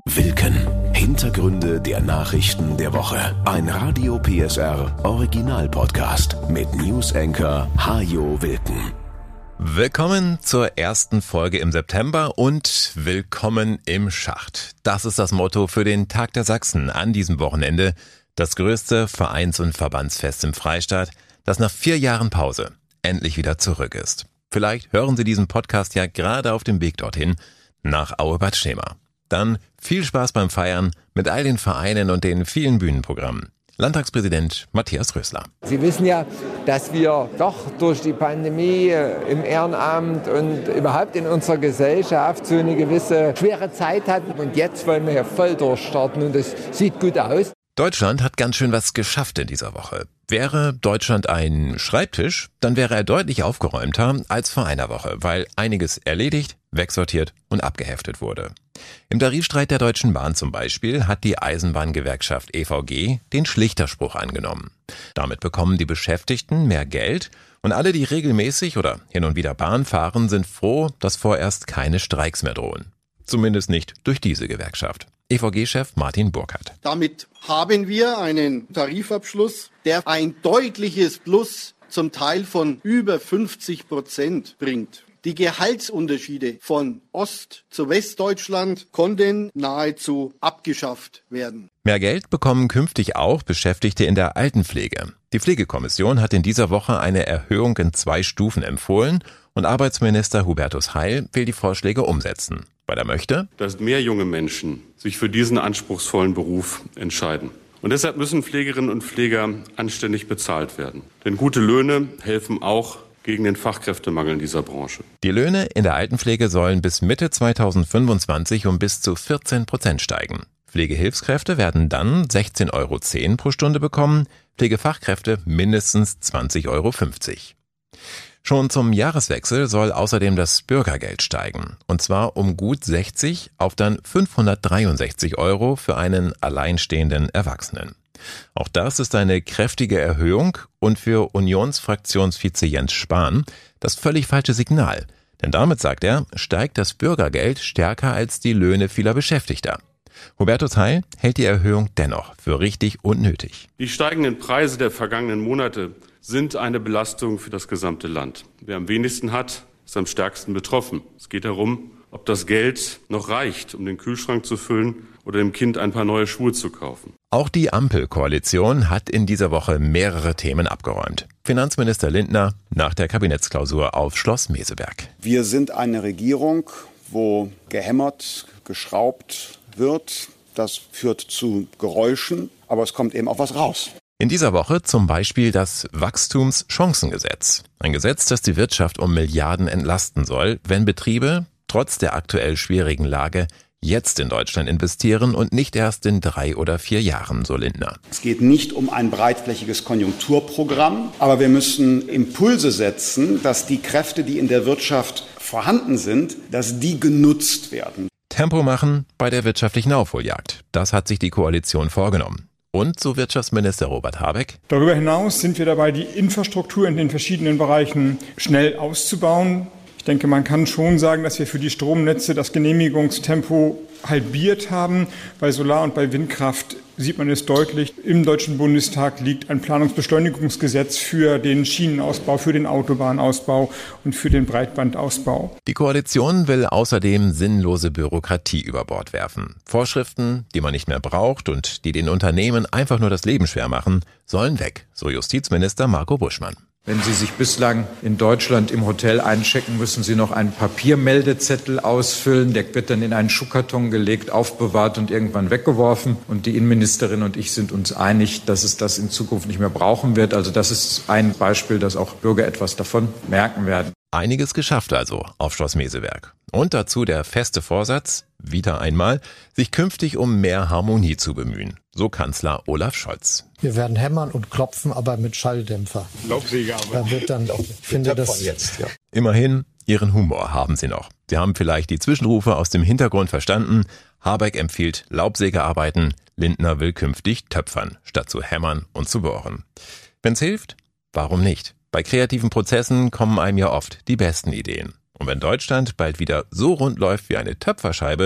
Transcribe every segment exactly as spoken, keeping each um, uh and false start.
Wilken. Hintergründe der Nachrichten der Woche. Ein Radio P S R Original-Podcast mit News-Anchor Hajo Wilken. Willkommen zur ersten Folge im September und willkommen im Schacht. Das ist das Motto für den Tag der Sachsen an diesem Wochenende. Das größte Vereins- und Verbandsfest im Freistaat, das nach vier Jahren Pause endlich wieder zurück ist. Vielleicht hören Sie diesen Podcast ja gerade auf dem Weg dorthin, nach Aue-Bad Schlema. Dann viel Spaß beim Feiern mit all den Vereinen und den vielen Bühnenprogrammen. Landtagspräsident Matthias Rösler. Sie wissen ja, dass wir doch durch die Pandemie im Ehrenamt und überhaupt in unserer Gesellschaft so eine gewisse schwere Zeit hatten. Und jetzt wollen wir ja voll durchstarten und es sieht gut aus. Deutschland hat ganz schön was geschafft in dieser Woche. Wäre Deutschland ein Schreibtisch, dann wäre er deutlich aufgeräumter als vor einer Woche, weil einiges erledigt, wegsortiert und abgeheftet wurde. Im Tarifstreit der Deutschen Bahn zum Beispiel hat die Eisenbahngewerkschaft E V G den Schlichterspruch angenommen. Damit bekommen die Beschäftigten mehr Geld und alle, die regelmäßig oder hin und wieder Bahn fahren, sind froh, dass vorerst keine Streiks mehr drohen. Zumindest nicht durch diese Gewerkschaft. E V G-Chef Martin Burkhardt. Damit haben wir einen Tarifabschluss, der ein deutliches Plus zum Teil von über fünfzig Prozent bringt. Die Gehaltsunterschiede von Ost- zu Westdeutschland konnten nahezu abgeschafft werden. Mehr Geld bekommen künftig auch Beschäftigte in der Altenpflege. Die Pflegekommission hat in dieser Woche eine Erhöhung in zwei Stufen empfohlen und Arbeitsminister Hubertus Heil will die Vorschläge umsetzen, weil er möchte, dass mehr junge Menschen sich für diesen anspruchsvollen Beruf entscheiden. Und deshalb müssen Pflegerinnen und Pfleger anständig bezahlt werden. Denn gute Löhne helfen auch gegen den Fachkräftemangel in dieser Branche. Die Löhne in der Altenpflege sollen bis Mitte zweitausendfünfundzwanzig um bis zu vierzehn Prozent steigen. Pflegehilfskräfte werden dann sechzehn Euro zehn pro Stunde bekommen, Pflegefachkräfte mindestens zwanzig Euro fünfzig. Schon zum Jahreswechsel soll außerdem das Bürgergeld steigen. Und zwar um gut sechzig auf dann fünfhundertdreiundsechzig Euro für einen alleinstehenden Erwachsenen. Auch das ist eine kräftige Erhöhung und für Unionsfraktionsvize Jens Spahn das völlig falsche Signal. Denn damit, sagt er, steigt das Bürgergeld stärker als die Löhne vieler Beschäftigter. Hubertus Heil hält die Erhöhung dennoch für richtig und nötig. Die steigenden Preise der vergangenen Monate sind eine Belastung für das gesamte Land. Wer am wenigsten hat, ist am stärksten betroffen. Es geht darum, ob das Geld noch reicht, um den Kühlschrank zu füllen oder dem Kind ein paar neue Schuhe zu kaufen. Auch die Ampelkoalition hat in dieser Woche mehrere Themen abgeräumt. Finanzminister Lindner nach der Kabinettsklausur auf Schloss Meseberg. Wir sind eine Regierung, wo gehämmert, geschraubt wird. Das führt zu Geräuschen, aber es kommt eben auch was raus. In dieser Woche zum Beispiel das Wachstumschancengesetz. Ein Gesetz, das die Wirtschaft um Milliarden entlasten soll, wenn Betriebe trotz der aktuell schwierigen Lage jetzt in Deutschland investieren und nicht erst in drei oder vier Jahren, so Lindner. Es geht nicht um ein breitflächiges Konjunkturprogramm, aber wir müssen Impulse setzen, dass die Kräfte, die in der Wirtschaft vorhanden sind, dass die genutzt werden. Tempo machen bei der wirtschaftlichen Aufholjagd. Das hat sich die Koalition vorgenommen. Und, so Wirtschaftsminister Robert Habeck: Darüber hinaus sind wir dabei, die Infrastruktur in den verschiedenen Bereichen schnell auszubauen. Ich denke, man kann schon sagen, dass wir für die Stromnetze das Genehmigungstempo halbiert haben. Bei Solar- und bei Windkraft sieht man es deutlich. Im Deutschen Bundestag liegt ein Planungsbeschleunigungsgesetz für den Schienenausbau, für den Autobahnausbau und für den Breitbandausbau. Die Koalition will außerdem sinnlose Bürokratie über Bord werfen. Vorschriften, die man nicht mehr braucht und die den Unternehmen einfach nur das Leben schwer machen, sollen weg, so Justizminister Marco Buschmann. Wenn Sie sich bislang in Deutschland im Hotel einchecken, müssen Sie noch einen Papiermeldezettel ausfüllen. Der wird dann in einen Schuhkarton gelegt, aufbewahrt und irgendwann weggeworfen. Und die Innenministerin und ich sind uns einig, dass es das in Zukunft nicht mehr brauchen wird. Also das ist ein Beispiel, dass auch Bürger etwas davon merken werden. Einiges geschafft also auf Schloss Meseberg. Und dazu der feste Vorsatz, wieder einmal, sich künftig um mehr Harmonie zu bemühen. So Kanzler Olaf Scholz. Wir werden hämmern und klopfen, aber mit Schalldämpfer. Laubsäge aber. Da wird dann, ich finde das jetzt, ja. Immerhin, ihren Humor haben sie noch. Sie haben vielleicht die Zwischenrufe aus dem Hintergrund verstanden. Habeck empfiehlt Laubsägearbeiten, Lindner will künftig töpfern, statt zu hämmern und zu bohren. Wenn's hilft, warum nicht? Bei kreativen Prozessen kommen einem ja oft die besten Ideen. Und wenn Deutschland bald wieder so rund läuft wie eine Töpferscheibe,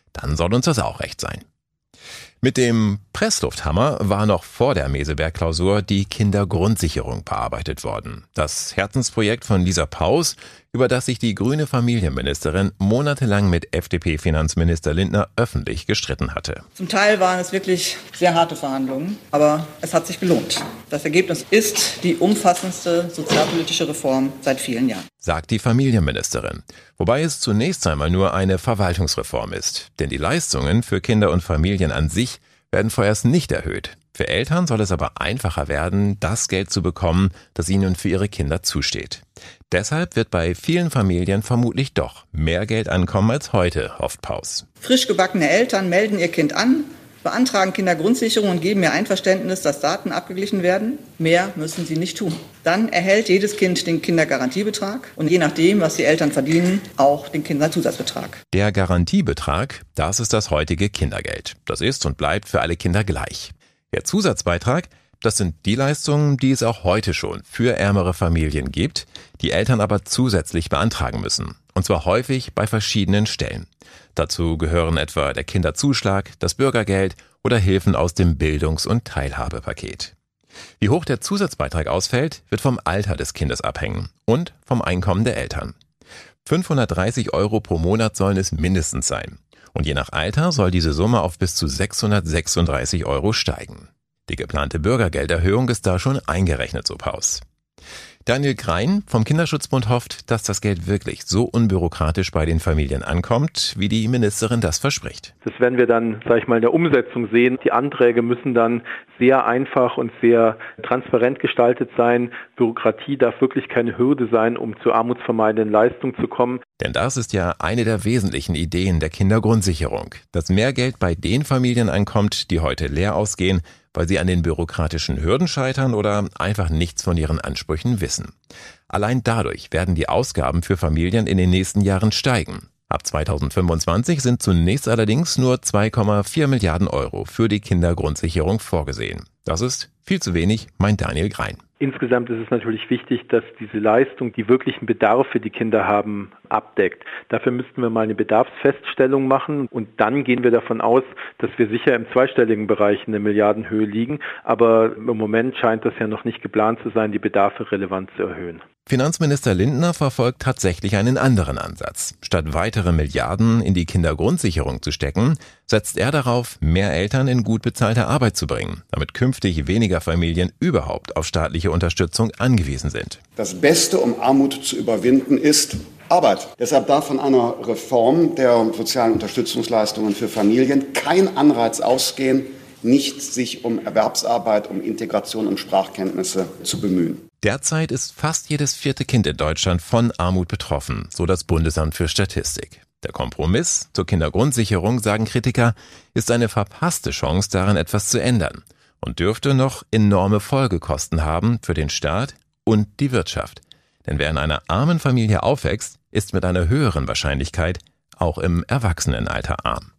dann soll uns das auch recht sein. Mit dem Presslufthammer war noch vor der Meseberg-Klausur die Kindergrundsicherung bearbeitet worden. Das Herzensprojekt von Lisa Paus, über das sich die grüne Familienministerin monatelang mit F D P-Finanzminister Lindner öffentlich gestritten hatte. Zum Teil waren es wirklich sehr harte Verhandlungen, aber es hat sich gelohnt. Das Ergebnis ist die umfassendste sozialpolitische Reform seit vielen Jahren, sagt die Familienministerin. Wobei es zunächst einmal nur eine Verwaltungsreform ist. Denn die Leistungen für Kinder und Familien an sich werden vorerst nicht erhöht. Für Eltern soll es aber einfacher werden, das Geld zu bekommen, das ihnen für ihre Kinder zusteht. Deshalb wird bei vielen Familien vermutlich doch mehr Geld ankommen als heute, hofft Paus. Frisch gebackene Eltern melden ihr Kind an, beantragen Kindergrundsicherung und geben ihr Einverständnis, dass Daten abgeglichen werden. Mehr müssen sie nicht tun. Dann erhält jedes Kind den Kindergarantiebetrag und je nachdem, was die Eltern verdienen, auch den Kinderzusatzbetrag. Der Garantiebetrag, das ist das heutige Kindergeld. Das ist und bleibt für alle Kinder gleich. Der Zusatzbeitrag, das sind die Leistungen, die es auch heute schon für ärmere Familien gibt, die Eltern aber zusätzlich beantragen müssen. Und zwar häufig bei verschiedenen Stellen. Dazu gehören etwa der Kinderzuschlag, das Bürgergeld oder Hilfen aus dem Bildungs- und Teilhabepaket. Wie hoch der Zusatzbeitrag ausfällt, wird vom Alter des Kindes abhängen und vom Einkommen der Eltern. fünfhundertdreißig Euro pro Monat sollen es mindestens sein. Und je nach Alter soll diese Summe auf bis zu sechshundertsechsunddreißig Euro steigen. Die geplante Bürgergelderhöhung ist da schon eingerechnet, so Paus. Daniel Grein vom Kinderschutzbund hofft, dass das Geld wirklich so unbürokratisch bei den Familien ankommt, wie die Ministerin das verspricht. Das werden wir dann, sage ich mal, in der Umsetzung sehen. Die Anträge müssen dann sehr einfach und sehr transparent gestaltet sein. Bürokratie darf wirklich keine Hürde sein, um zu armutsvermeidenden Leistungen zu kommen. Denn das ist ja eine der wesentlichen Ideen der Kindergrundsicherung, dass mehr Geld bei den Familien ankommt, die heute leer ausgehen, weil sie an den bürokratischen Hürden scheitern oder einfach nichts von ihren Ansprüchen wissen. Allein dadurch werden die Ausgaben für Familien in den nächsten Jahren steigen. Ab zweitausendfünfundzwanzig sind zunächst allerdings nur zwei Komma vier Milliarden Euro für die Kindergrundsicherung vorgesehen. Das ist viel zu wenig, meint Daniel Grein. Insgesamt ist es natürlich wichtig, dass diese Leistung die wirklichen Bedarfe, die Kinder haben, abdeckt. Dafür müssten wir mal eine Bedarfsfeststellung machen und dann gehen wir davon aus, dass wir sicher im zweistelligen Bereich in der Milliardenhöhe liegen. Aber im Moment scheint das ja noch nicht geplant zu sein, die Bedarfe relevant zu erhöhen. Finanzminister Lindner verfolgt tatsächlich einen anderen Ansatz. Statt weitere Milliarden in die Kindergrundsicherung zu stecken, setzt er darauf, mehr Eltern in gut bezahlte Arbeit zu bringen, damit künftig weniger Familien überhaupt auf staatliche Unterstützung angewiesen sind. Das Beste, um Armut zu überwinden, ist Arbeit. Deshalb darf von einer Reform der sozialen Unterstützungsleistungen für Familien kein Anreiz ausgehen, nicht sich um Erwerbsarbeit, um Integration, um Sprachkenntnisse zu bemühen. Derzeit ist fast jedes vierte Kind in Deutschland von Armut betroffen, so das Bundesamt für Statistik. Der Kompromiss zur Kindergrundsicherung, sagen Kritiker, ist eine verpasste Chance, daran etwas zu ändern und dürfte noch enorme Folgekosten haben für den Staat und die Wirtschaft. Denn wer in einer armen Familie aufwächst, ist mit einer höheren Wahrscheinlichkeit auch im Erwachsenenalter arm.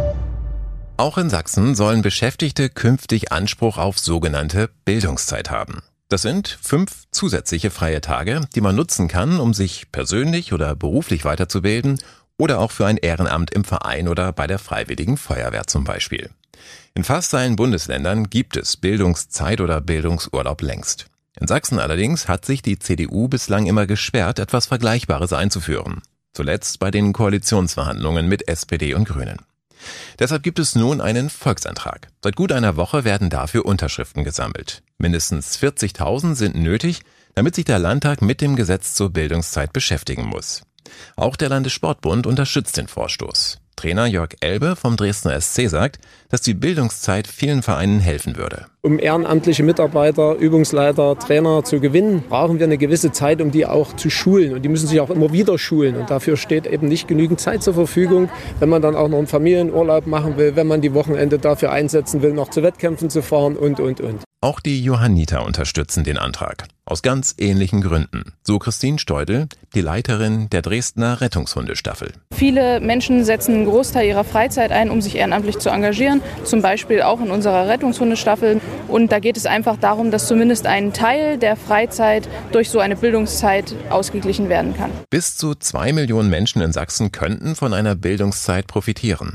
Auch in Sachsen sollen Beschäftigte künftig Anspruch auf sogenannte Bildungszeit haben. Das sind fünf zusätzliche freie Tage, die man nutzen kann, um sich persönlich oder beruflich weiterzubilden oder auch für ein Ehrenamt im Verein oder bei der Freiwilligen Feuerwehr zum Beispiel. In fast allen Bundesländern gibt es Bildungszeit oder Bildungsurlaub längst. In Sachsen allerdings hat sich die C D U bislang immer gesperrt, etwas Vergleichbares einzuführen. Zuletzt bei den Koalitionsverhandlungen mit S P D und Grünen. Deshalb gibt es nun einen Volksantrag. Seit gut einer Woche werden dafür Unterschriften gesammelt. Mindestens vierzigtausend sind nötig, damit sich der Landtag mit dem Gesetz zur Bildungszeit beschäftigen muss. Auch der Landessportbund unterstützt den Vorstoß. Trainer Jörg Elbe vom Dresdner S C sagt, dass die Bildungszeit vielen Vereinen helfen würde. Um ehrenamtliche Mitarbeiter, Übungsleiter, Trainer zu gewinnen, brauchen wir eine gewisse Zeit, um die auch zu schulen. Und die müssen sich auch immer wieder schulen. Und dafür steht eben nicht genügend Zeit zur Verfügung, wenn man dann auch noch einen Familienurlaub machen will, wenn man die Wochenende dafür einsetzen will, noch zu Wettkämpfen zu fahren und, und, und. Auch die Johanniter unterstützen den Antrag. Aus ganz ähnlichen Gründen. So Christine Steudel, die Leiterin der Dresdner Rettungshundestaffel. Viele Menschen setzen einen Großteil ihrer Freizeit ein, um sich ehrenamtlich zu engagieren. Zum Beispiel auch in unserer Rettungshundestaffel. Und da geht es einfach darum, dass zumindest ein Teil der Freizeit durch so eine Bildungszeit ausgeglichen werden kann. Bis zu zwei Millionen Menschen in Sachsen könnten von einer Bildungszeit profitieren.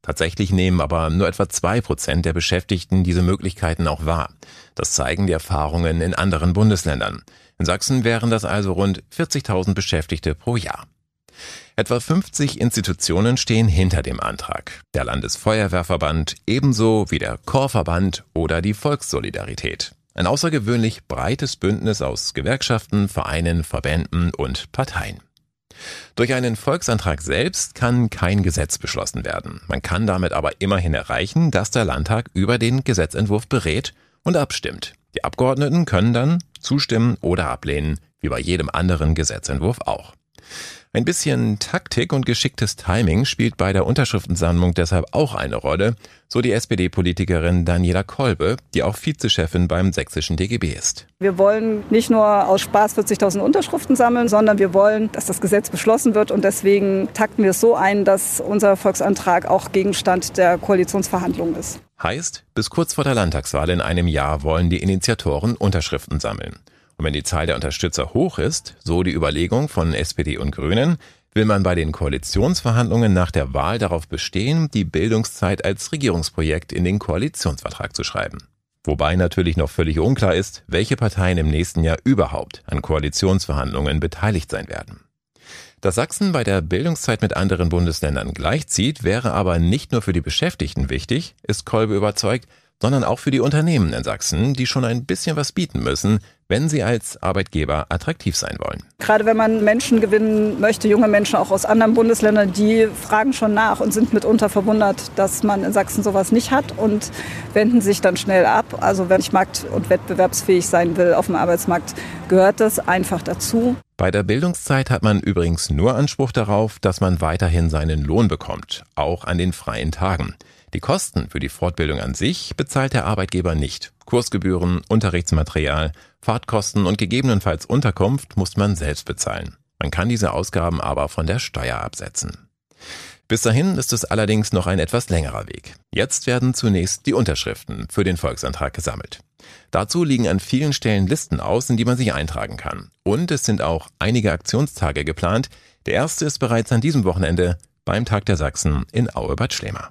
Tatsächlich nehmen aber nur etwa zwei Prozent der Beschäftigten diese Möglichkeiten auch wahr. Das zeigen die Erfahrungen in anderen Bundesländern. In Sachsen wären das also rund vierzigtausend Beschäftigte pro Jahr. Etwa fünfzig Institutionen stehen hinter dem Antrag. Der Landesfeuerwehrverband ebenso wie der Chorverband oder die Volkssolidarität. Ein außergewöhnlich breites Bündnis aus Gewerkschaften, Vereinen, Verbänden und Parteien. Durch einen Volksantrag selbst kann kein Gesetz beschlossen werden. Man kann damit aber immerhin erreichen, dass der Landtag über den Gesetzentwurf berät und abstimmt. Die Abgeordneten können dann zustimmen oder ablehnen, wie bei jedem anderen Gesetzentwurf auch. Ein bisschen Taktik und geschicktes Timing spielt bei der Unterschriftensammlung deshalb auch eine Rolle, so die S P D-Politikerin Daniela Kolbe, die auch Vizechefin beim sächsischen D G B ist. Wir wollen nicht nur aus Spaß vierzigtausend Unterschriften sammeln, sondern wir wollen, dass das Gesetz beschlossen wird. Und deswegen takten wir es so ein, dass unser Volksantrag auch Gegenstand der Koalitionsverhandlungen ist. Heißt, bis kurz vor der Landtagswahl in einem Jahr wollen die Initiatoren Unterschriften sammeln. Und wenn die Zahl der Unterstützer hoch ist, so die Überlegung von S P D und Grünen, will man bei den Koalitionsverhandlungen nach der Wahl darauf bestehen, die Bildungszeit als Regierungsprojekt in den Koalitionsvertrag zu schreiben. Wobei natürlich noch völlig unklar ist, welche Parteien im nächsten Jahr überhaupt an Koalitionsverhandlungen beteiligt sein werden. Dass Sachsen bei der Bildungszeit mit anderen Bundesländern gleichzieht, wäre aber nicht nur für die Beschäftigten wichtig, ist Kolbe überzeugt, sondern auch für die Unternehmen in Sachsen, die schon ein bisschen was bieten müssen, wenn sie als Arbeitgeber attraktiv sein wollen. Gerade wenn man Menschen gewinnen möchte, junge Menschen auch aus anderen Bundesländern, die fragen schon nach und sind mitunter verwundert, dass man in Sachsen sowas nicht hat und wenden sich dann schnell ab. Also wenn ich markt- und wettbewerbsfähig sein will auf dem Arbeitsmarkt, gehört das einfach dazu. Bei der Bildungszeit hat man übrigens nur Anspruch darauf, dass man weiterhin seinen Lohn bekommt, auch an den freien Tagen. Die Kosten für die Fortbildung an sich bezahlt der Arbeitgeber nicht. Kursgebühren, Unterrichtsmaterial, Fahrtkosten und gegebenenfalls Unterkunft muss man selbst bezahlen. Man kann diese Ausgaben aber von der Steuer absetzen. Bis dahin ist es allerdings noch ein etwas längerer Weg. Jetzt werden zunächst die Unterschriften für den Volksantrag gesammelt. Dazu liegen an vielen Stellen Listen aus, in die man sich eintragen kann. Und es sind auch einige Aktionstage geplant. Der erste ist bereits an diesem Wochenende beim Tag der Sachsen in Aue-Bad Schlema.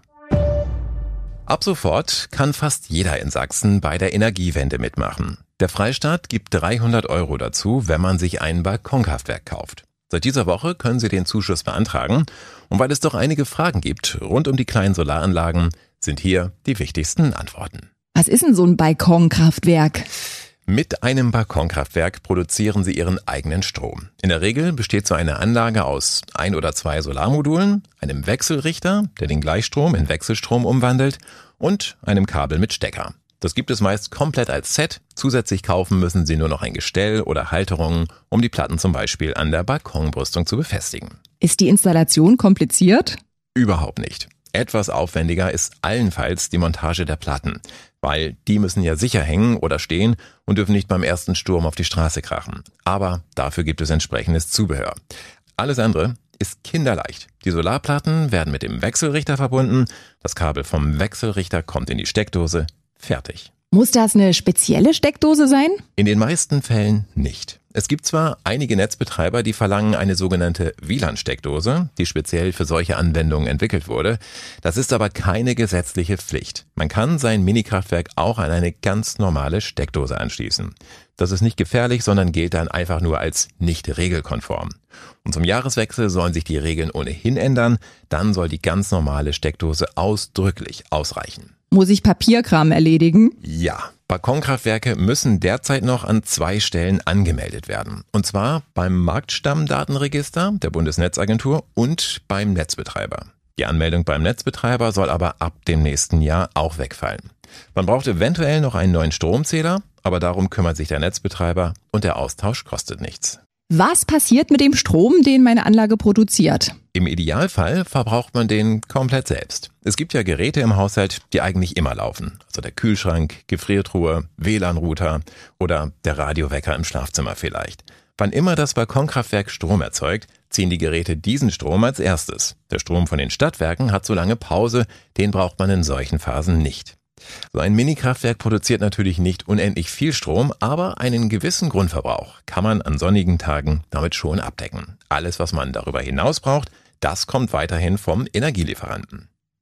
Ab sofort kann fast jeder in Sachsen bei der Energiewende mitmachen. Der Freistaat gibt dreihundert Euro dazu, wenn man sich ein Balkonkraftwerk kauft. Seit dieser Woche können Sie den Zuschuss beantragen. Und weil es doch einige Fragen gibt rund um die kleinen Solaranlagen, sind hier die wichtigsten Antworten. Was ist denn so ein Balkonkraftwerk? Mit einem Balkonkraftwerk produzieren Sie Ihren eigenen Strom. In der Regel besteht so eine Anlage aus ein oder zwei Solarmodulen, einem Wechselrichter, der den Gleichstrom in Wechselstrom umwandelt, und einem Kabel mit Stecker. Das gibt es meist komplett als Set. Zusätzlich kaufen müssen Sie nur noch ein Gestell oder Halterungen, um die Platten zum Beispiel an der Balkonbrüstung zu befestigen. Ist die Installation kompliziert? Überhaupt nicht. Etwas aufwendiger ist allenfalls die Montage der Platten, weil die müssen ja sicher hängen oder stehen und dürfen nicht beim ersten Sturm auf die Straße krachen. Aber dafür gibt es entsprechendes Zubehör. Alles andere ist kinderleicht. Die Solarplatten werden mit dem Wechselrichter verbunden, das Kabel vom Wechselrichter kommt in die Steckdose, fertig. Muss das eine spezielle Steckdose sein? In den meisten Fällen nicht. Es gibt zwar einige Netzbetreiber, die verlangen eine sogenannte W L A N-Steckdose, die speziell für solche Anwendungen entwickelt wurde. Das ist aber keine gesetzliche Pflicht. Man kann sein Minikraftwerk auch an eine ganz normale Steckdose anschließen. Das ist nicht gefährlich, sondern gilt dann einfach nur als nicht regelkonform. Und zum Jahreswechsel sollen sich die Regeln ohnehin ändern. Dann soll die ganz normale Steckdose ausdrücklich ausreichen. Muss ich Papierkram erledigen? Ja. Balkonkraftwerke müssen derzeit noch an zwei Stellen angemeldet werden. Und zwar beim Marktstammdatenregister der Bundesnetzagentur und beim Netzbetreiber. Die Anmeldung beim Netzbetreiber soll aber ab dem nächsten Jahr auch wegfallen. Man braucht eventuell noch einen neuen Stromzähler, aber darum kümmert sich der Netzbetreiber und der Austausch kostet nichts. Was passiert mit dem Strom, den meine Anlage produziert? Im Idealfall verbraucht man den komplett selbst. Es gibt ja Geräte im Haushalt, die eigentlich immer laufen. Also der Kühlschrank, Gefriertruhe, W L A N-Router oder der Radiowecker im Schlafzimmer vielleicht. Wann immer das Balkonkraftwerk Strom erzeugt, ziehen die Geräte diesen Strom als erstes. Der Strom von den Stadtwerken hat so lange Pause, den braucht man in solchen Phasen nicht. So ein Minikraftwerk produziert natürlich nicht unendlich viel Strom, aber einen gewissen Grundverbrauch kann man an sonnigen Tagen damit schon abdecken. Alles, was man darüber hinaus braucht, das kommt weiterhin vom Energielieferanten.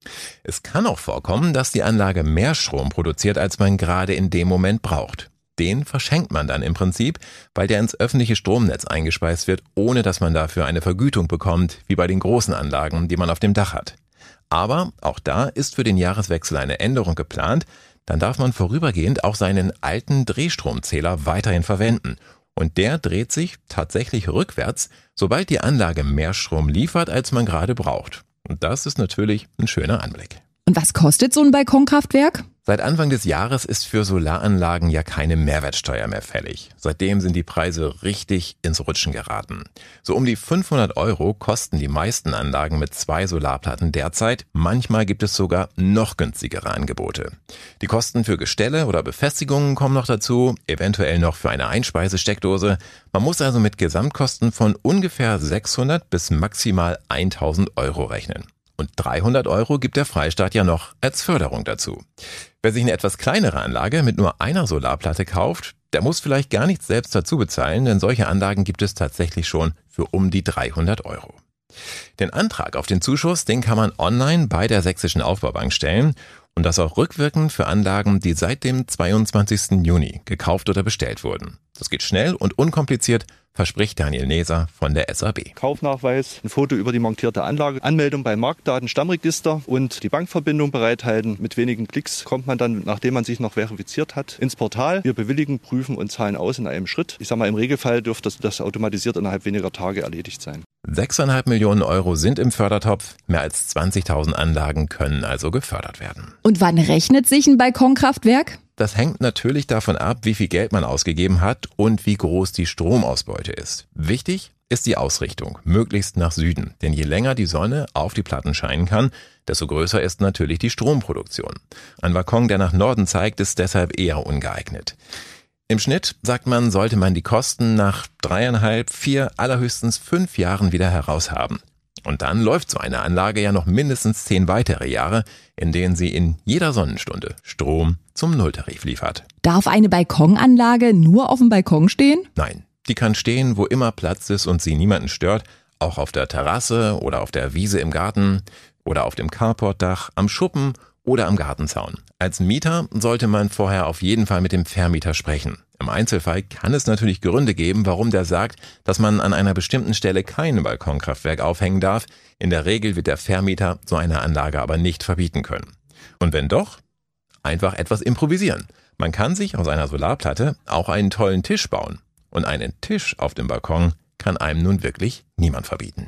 Es kann auch vorkommen, dass die Anlage mehr Strom produziert, als man gerade in dem Moment braucht. Den verschenkt man dann im Prinzip, weil der ins öffentliche Stromnetz eingespeist wird, ohne dass man dafür eine Vergütung bekommt, wie bei den großen Anlagen, die man auf dem Dach hat. Aber auch da ist für den Jahreswechsel eine Änderung geplant. Dann darf man vorübergehend auch seinen alten Drehstromzähler weiterhin verwenden. Und der dreht sich tatsächlich rückwärts, sobald die Anlage mehr Strom liefert, als man gerade braucht. Und das ist natürlich ein schöner Anblick. Und was kostet so ein Balkonkraftwerk? Seit Anfang des Jahres ist für Solaranlagen ja keine Mehrwertsteuer mehr fällig. Seitdem sind die Preise richtig ins Rutschen geraten. So um die fünfhundert Euro kosten die meisten Anlagen mit zwei Solarplatten derzeit. Manchmal gibt es sogar noch günstigere Angebote. Die Kosten für Gestelle oder Befestigungen kommen noch dazu, eventuell noch für eine Einspeisesteckdose. Man muss also mit Gesamtkosten von ungefähr sechshundert bis maximal tausend Euro rechnen. Und dreihundert Euro gibt der Freistaat ja noch als Förderung dazu. Wer sich eine etwas kleinere Anlage mit nur einer Solarplatte kauft, der muss vielleicht gar nichts selbst dazu bezahlen, denn solche Anlagen gibt es tatsächlich schon für um die dreihundert Euro. Den Antrag auf den Zuschuss, den kann man online bei der Sächsischen Aufbaubank stellen und das auch rückwirkend für Anlagen, die seit dem zweiundzwanzigsten Juni gekauft oder bestellt wurden. Das geht schnell und unkompliziert, verspricht Daniel Neser von der S A B. Kaufnachweis, ein Foto über die montierte Anlage, Anmeldung beim Marktdatenstammregister und die Bankverbindung bereithalten. Mit wenigen Klicks kommt man dann, nachdem man sich noch verifiziert hat, ins Portal. Wir bewilligen, prüfen und zahlen aus in einem Schritt. Ich sage mal, im Regelfall dürfte das, das automatisiert innerhalb weniger Tage erledigt sein. sechseinhalb Millionen Euro sind im Fördertopf. Mehr als zwanzigtausend Anlagen können also gefördert werden. Und wann rechnet sich ein Balkonkraftwerk? Das hängt natürlich davon ab, wie viel Geld man ausgegeben hat und wie groß die Stromausbeute ist. Wichtig ist die Ausrichtung, möglichst nach Süden. Denn je länger die Sonne auf die Platten scheinen kann, desto größer ist natürlich die Stromproduktion. Ein Balkon, der nach Norden zeigt, ist deshalb eher ungeeignet. Im Schnitt, sagt man, sollte man die Kosten nach dreieinhalb, vier, allerhöchstens fünf Jahren wieder heraushaben. Und dann läuft so eine Anlage ja noch mindestens zehn weitere Jahre, in denen sie in jeder Sonnenstunde Strom zum Nulltarif liefert. Darf eine Balkonanlage nur auf dem Balkon stehen? Nein, die kann stehen, wo immer Platz ist und sie niemanden stört, auch auf der Terrasse oder auf der Wiese im Garten oder auf dem Carportdach, am Schuppen oder am Gartenzaun. Als Mieter sollte man vorher auf jeden Fall mit dem Vermieter sprechen. Im Einzelfall kann es natürlich Gründe geben, warum der sagt, dass man an einer bestimmten Stelle kein Balkonkraftwerk aufhängen darf. In der Regel wird der Vermieter so eine Anlage aber nicht verbieten können. Und wenn doch, einfach etwas improvisieren. Man kann sich aus einer Solarplatte auch einen tollen Tisch bauen. Und einen Tisch auf dem Balkon kann einem nun wirklich niemand verbieten.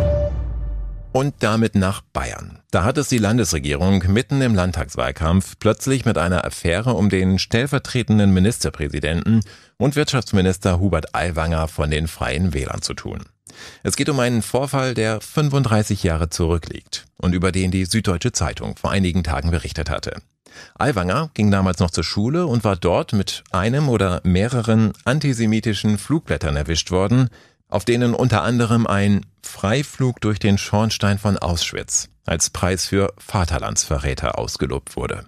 Und damit nach Bayern. Da hat es die Landesregierung mitten im Landtagswahlkampf plötzlich mit einer Affäre um den stellvertretenden Ministerpräsidenten und Wirtschaftsminister Hubert Aiwanger von den Freien Wählern zu tun. Es geht um einen Vorfall, der fünfunddreißig Jahre zurückliegt und über den die Süddeutsche Zeitung vor einigen Tagen berichtet hatte. Aiwanger ging damals noch zur Schule und war dort mit einem oder mehreren antisemitischen Flugblättern erwischt worden, auf denen unter anderem ein Freiflug durch den Schornstein von Auschwitz als Preis für Vaterlandsverräter ausgelobt wurde.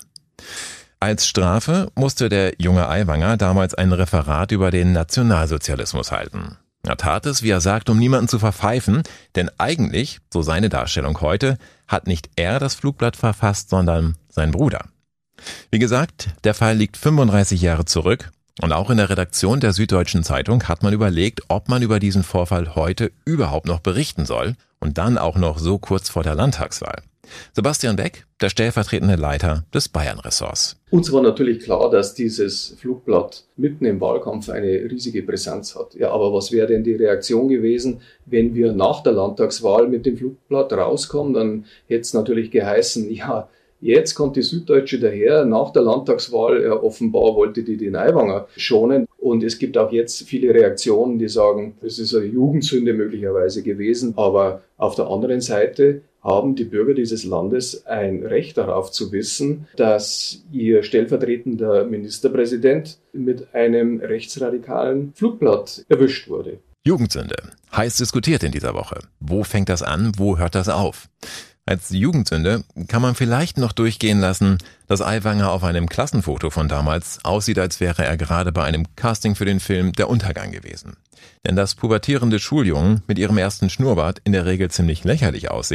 Als Strafe musste der junge Aiwanger damals ein Referat über den Nationalsozialismus halten. Er tat es, wie er sagt, um niemanden zu verpfeifen, denn eigentlich, so seine Darstellung heute, hat nicht er das Flugblatt verfasst, sondern sein Bruder. Wie gesagt, der Fall liegt fünfunddreißig Jahre zurück. Und auch in der Redaktion der Süddeutschen Zeitung hat man überlegt, ob man über diesen Vorfall heute überhaupt noch berichten soll und dann auch noch so kurz vor der Landtagswahl. Sebastian Beck, der stellvertretende Leiter des Bayern-Ressorts. Uns war natürlich klar, dass dieses Flugblatt mitten im Wahlkampf eine riesige Präsenz hat. Ja, aber was wäre denn die Reaktion gewesen, wenn wir nach der Landtagswahl mit dem Flugblatt rauskommen? Dann hätte es natürlich geheißen, ja, jetzt kommt die Süddeutsche daher, nach der Landtagswahl, ja, offenbar wollte die den Aiwanger schonen. Und es gibt auch jetzt viele Reaktionen, die sagen, es ist eine Jugendsünde möglicherweise gewesen. Aber auf der anderen Seite haben die Bürger dieses Landes ein Recht darauf zu wissen, dass ihr stellvertretender Ministerpräsident mit einem rechtsradikalen Flugblatt erwischt wurde. Jugendsünde. Heiß diskutiert in dieser Woche. Wo fängt das an? Wo hört das auf? Als Jugendsünde kann man vielleicht noch durchgehen lassen, dass Aiwanger auf einem Klassenfoto von damals aussieht, als wäre er gerade bei einem Casting für den Film Der Untergang gewesen. Denn dass pubertierende Schuljungen mit ihrem ersten Schnurrbart in der Regel ziemlich lächerlich aussehen,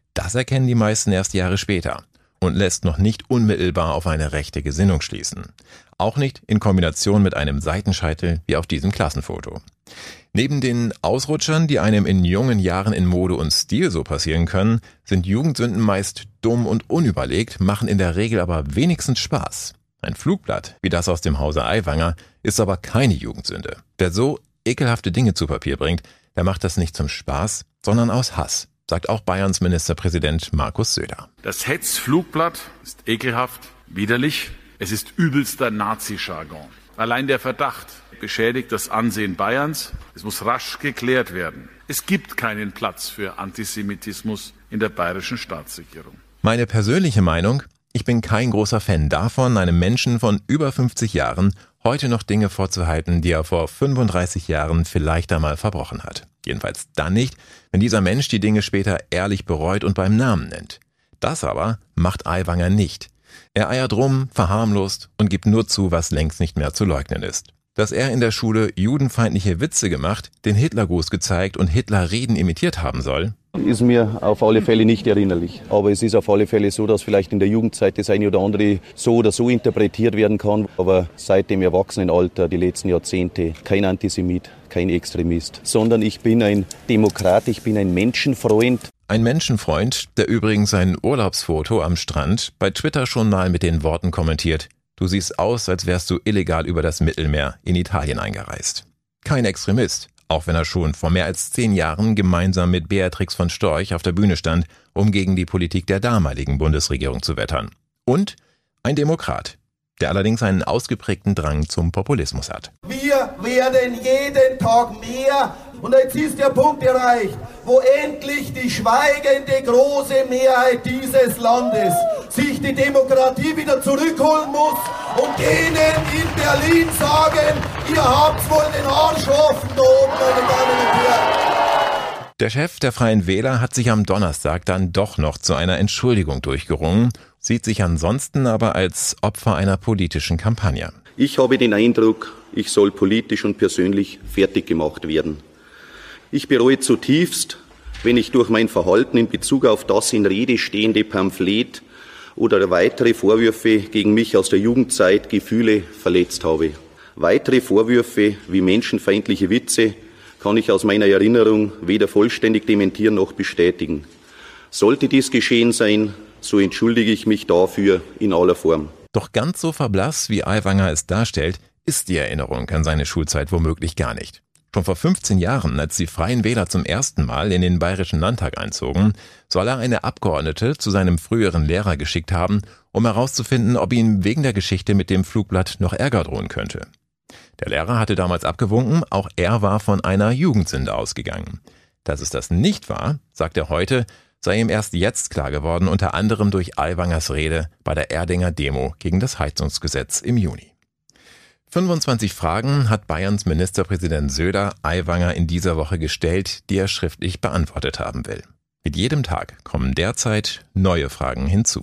Das erkennen die meisten erst Jahre später und lässt noch nicht unmittelbar auf eine rechte Gesinnung schließen. Auch nicht in Kombination mit einem Seitenscheitel wie auf diesem Klassenfoto. Neben den Ausrutschern, die einem in jungen Jahren in Mode und Stil so passieren können, sind Jugendsünden meist dumm und unüberlegt, machen in der Regel aber wenigstens Spaß. Ein Flugblatt, wie das aus dem Hause Aiwanger, ist aber keine Jugendsünde. Wer so ekelhafte Dinge zu Papier bringt, der macht das nicht zum Spaß, sondern aus Hass, sagt auch Bayerns Ministerpräsident Markus Söder. Das Hetzflugblatt ist ekelhaft, widerlich. Es ist übelster Nazi-Jargon. Allein der Verdacht beschädigt das Ansehen Bayerns. Es muss rasch geklärt werden. Es gibt keinen Platz für Antisemitismus in der bayerischen Staatsregierung. Meine persönliche Meinung: Ich bin kein großer Fan davon, einem Menschen von über fünfzig Jahren heute noch Dinge vorzuhalten, die er vor fünfunddreißig Jahren vielleicht einmal verbrochen hat. Jedenfalls dann nicht, wenn dieser Mensch die Dinge später ehrlich bereut und beim Namen nennt. Das aber macht Aiwanger nicht. Er eiert rum, verharmlost und gibt nur zu, was längst nicht mehr zu leugnen ist. Dass er in der Schule judenfeindliche Witze gemacht, den Hitlergruß gezeigt und Hitlerreden imitiert haben soll, ist mir auf alle Fälle nicht erinnerlich. Aber es ist auf alle Fälle so, dass vielleicht in der Jugendzeit das eine oder andere so oder so interpretiert werden kann. Aber seit dem Erwachsenenalter, die letzten Jahrzehnte, kein Antisemit, kein Extremist, sondern ich bin ein Demokrat, ich bin ein Menschenfreund. Ein Menschenfreund, der übrigens sein Urlaubsfoto am Strand bei Twitter schon mal mit den Worten kommentiert: Du siehst aus, als wärst du illegal über das Mittelmeer in Italien eingereist. Kein Extremist, auch wenn er schon vor mehr als zehn Jahren gemeinsam mit Beatrix von Storch auf der Bühne stand, um gegen die Politik der damaligen Bundesregierung zu wettern. Und ein Demokrat, der allerdings einen ausgeprägten Drang zum Populismus hat. Wir werden jeden Tag mehr, und jetzt ist der Punkt erreicht, wo endlich die schweigende große Mehrheit dieses Landes sich die Demokratie wieder zurückholen muss und denen in Berlin sagen, ihr habt wohl den Arsch offen da oben, meine Damen und Herren. Der Chef der Freien Wähler hat sich am Donnerstag dann doch noch zu einer Entschuldigung durchgerungen, sieht sich ansonsten aber als Opfer einer politischen Kampagne. Ich habe den Eindruck, ich soll politisch und persönlich fertig gemacht werden. Ich bereue zutiefst, wenn ich durch mein Verhalten in Bezug auf das in Rede stehende Pamphlet oder weitere Vorwürfe gegen mich aus der Jugendzeit Gefühle verletzt habe. Weitere Vorwürfe wie menschenfeindliche Witze kann ich aus meiner Erinnerung weder vollständig dementieren noch bestätigen. Sollte dies geschehen sein, so entschuldige ich mich dafür in aller Form. Doch ganz so verblasst, wie Aiwanger es darstellt, ist die Erinnerung an seine Schulzeit womöglich gar nicht. Schon vor fünfzehn Jahren, als die Freien Wähler zum ersten Mal in den Bayerischen Landtag einzogen, soll er eine Abgeordnete zu seinem früheren Lehrer geschickt haben, um herauszufinden, ob ihm wegen der Geschichte mit dem Flugblatt noch Ärger drohen könnte. Der Lehrer hatte damals abgewunken, auch er war von einer Jugendsünde ausgegangen. Dass es das nicht war, sagt er heute, sei ihm erst jetzt klar geworden, unter anderem durch Aiwangers Rede bei der Erdinger Demo gegen das Heizungsgesetz im Juni. fünfundzwanzig Fragen hat Bayerns Ministerpräsident Söder Aiwanger in dieser Woche gestellt, die er schriftlich beantwortet haben will. Mit jedem Tag kommen derzeit neue Fragen hinzu.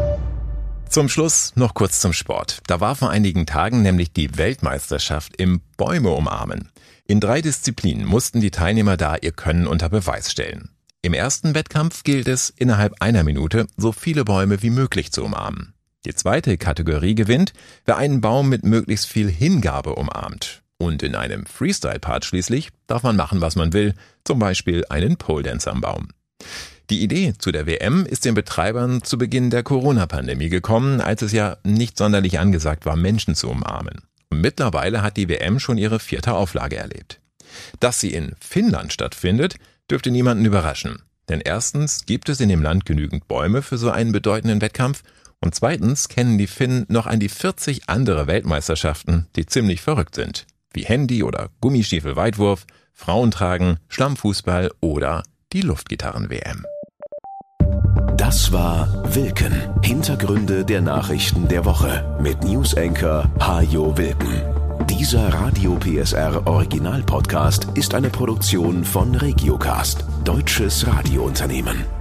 Zum Schluss noch kurz zum Sport. Da war vor einigen Tagen nämlich die Weltmeisterschaft im Bäume umarmen. In drei Disziplinen mussten die Teilnehmer da ihr Können unter Beweis stellen. Im ersten Wettkampf gilt es, innerhalb einer Minute so viele Bäume wie möglich zu umarmen. Die zweite Kategorie gewinnt, wer einen Baum mit möglichst viel Hingabe umarmt. Und in einem Freestyle-Part schließlich darf man machen, was man will, zum Beispiel einen Pole-Dance am Baum. Die Idee zu der W M ist den Betreibern zu Beginn der Corona-Pandemie gekommen, als es ja nicht sonderlich angesagt war, Menschen zu umarmen. Und mittlerweile hat die W M schon ihre vierte Auflage erlebt. Dass sie in Finnland stattfindet, dürfte niemanden überraschen. Denn erstens gibt es in dem Land genügend Bäume für so einen bedeutenden Wettkampf und zweitens kennen die Finnen noch an die vierzig andere Weltmeisterschaften, die ziemlich verrückt sind. Wie Handy- oder Gummistiefel-Weitwurf, Frauentragen, Schlammfußball oder die Luftgitarren-W M. Das war Wilken. Hintergründe der Nachrichten der Woche mit News-Anchor Hajo Wilken. Dieser Radio P S R Original-Podcast ist eine Produktion von Regiocast, deutsches Radiounternehmen.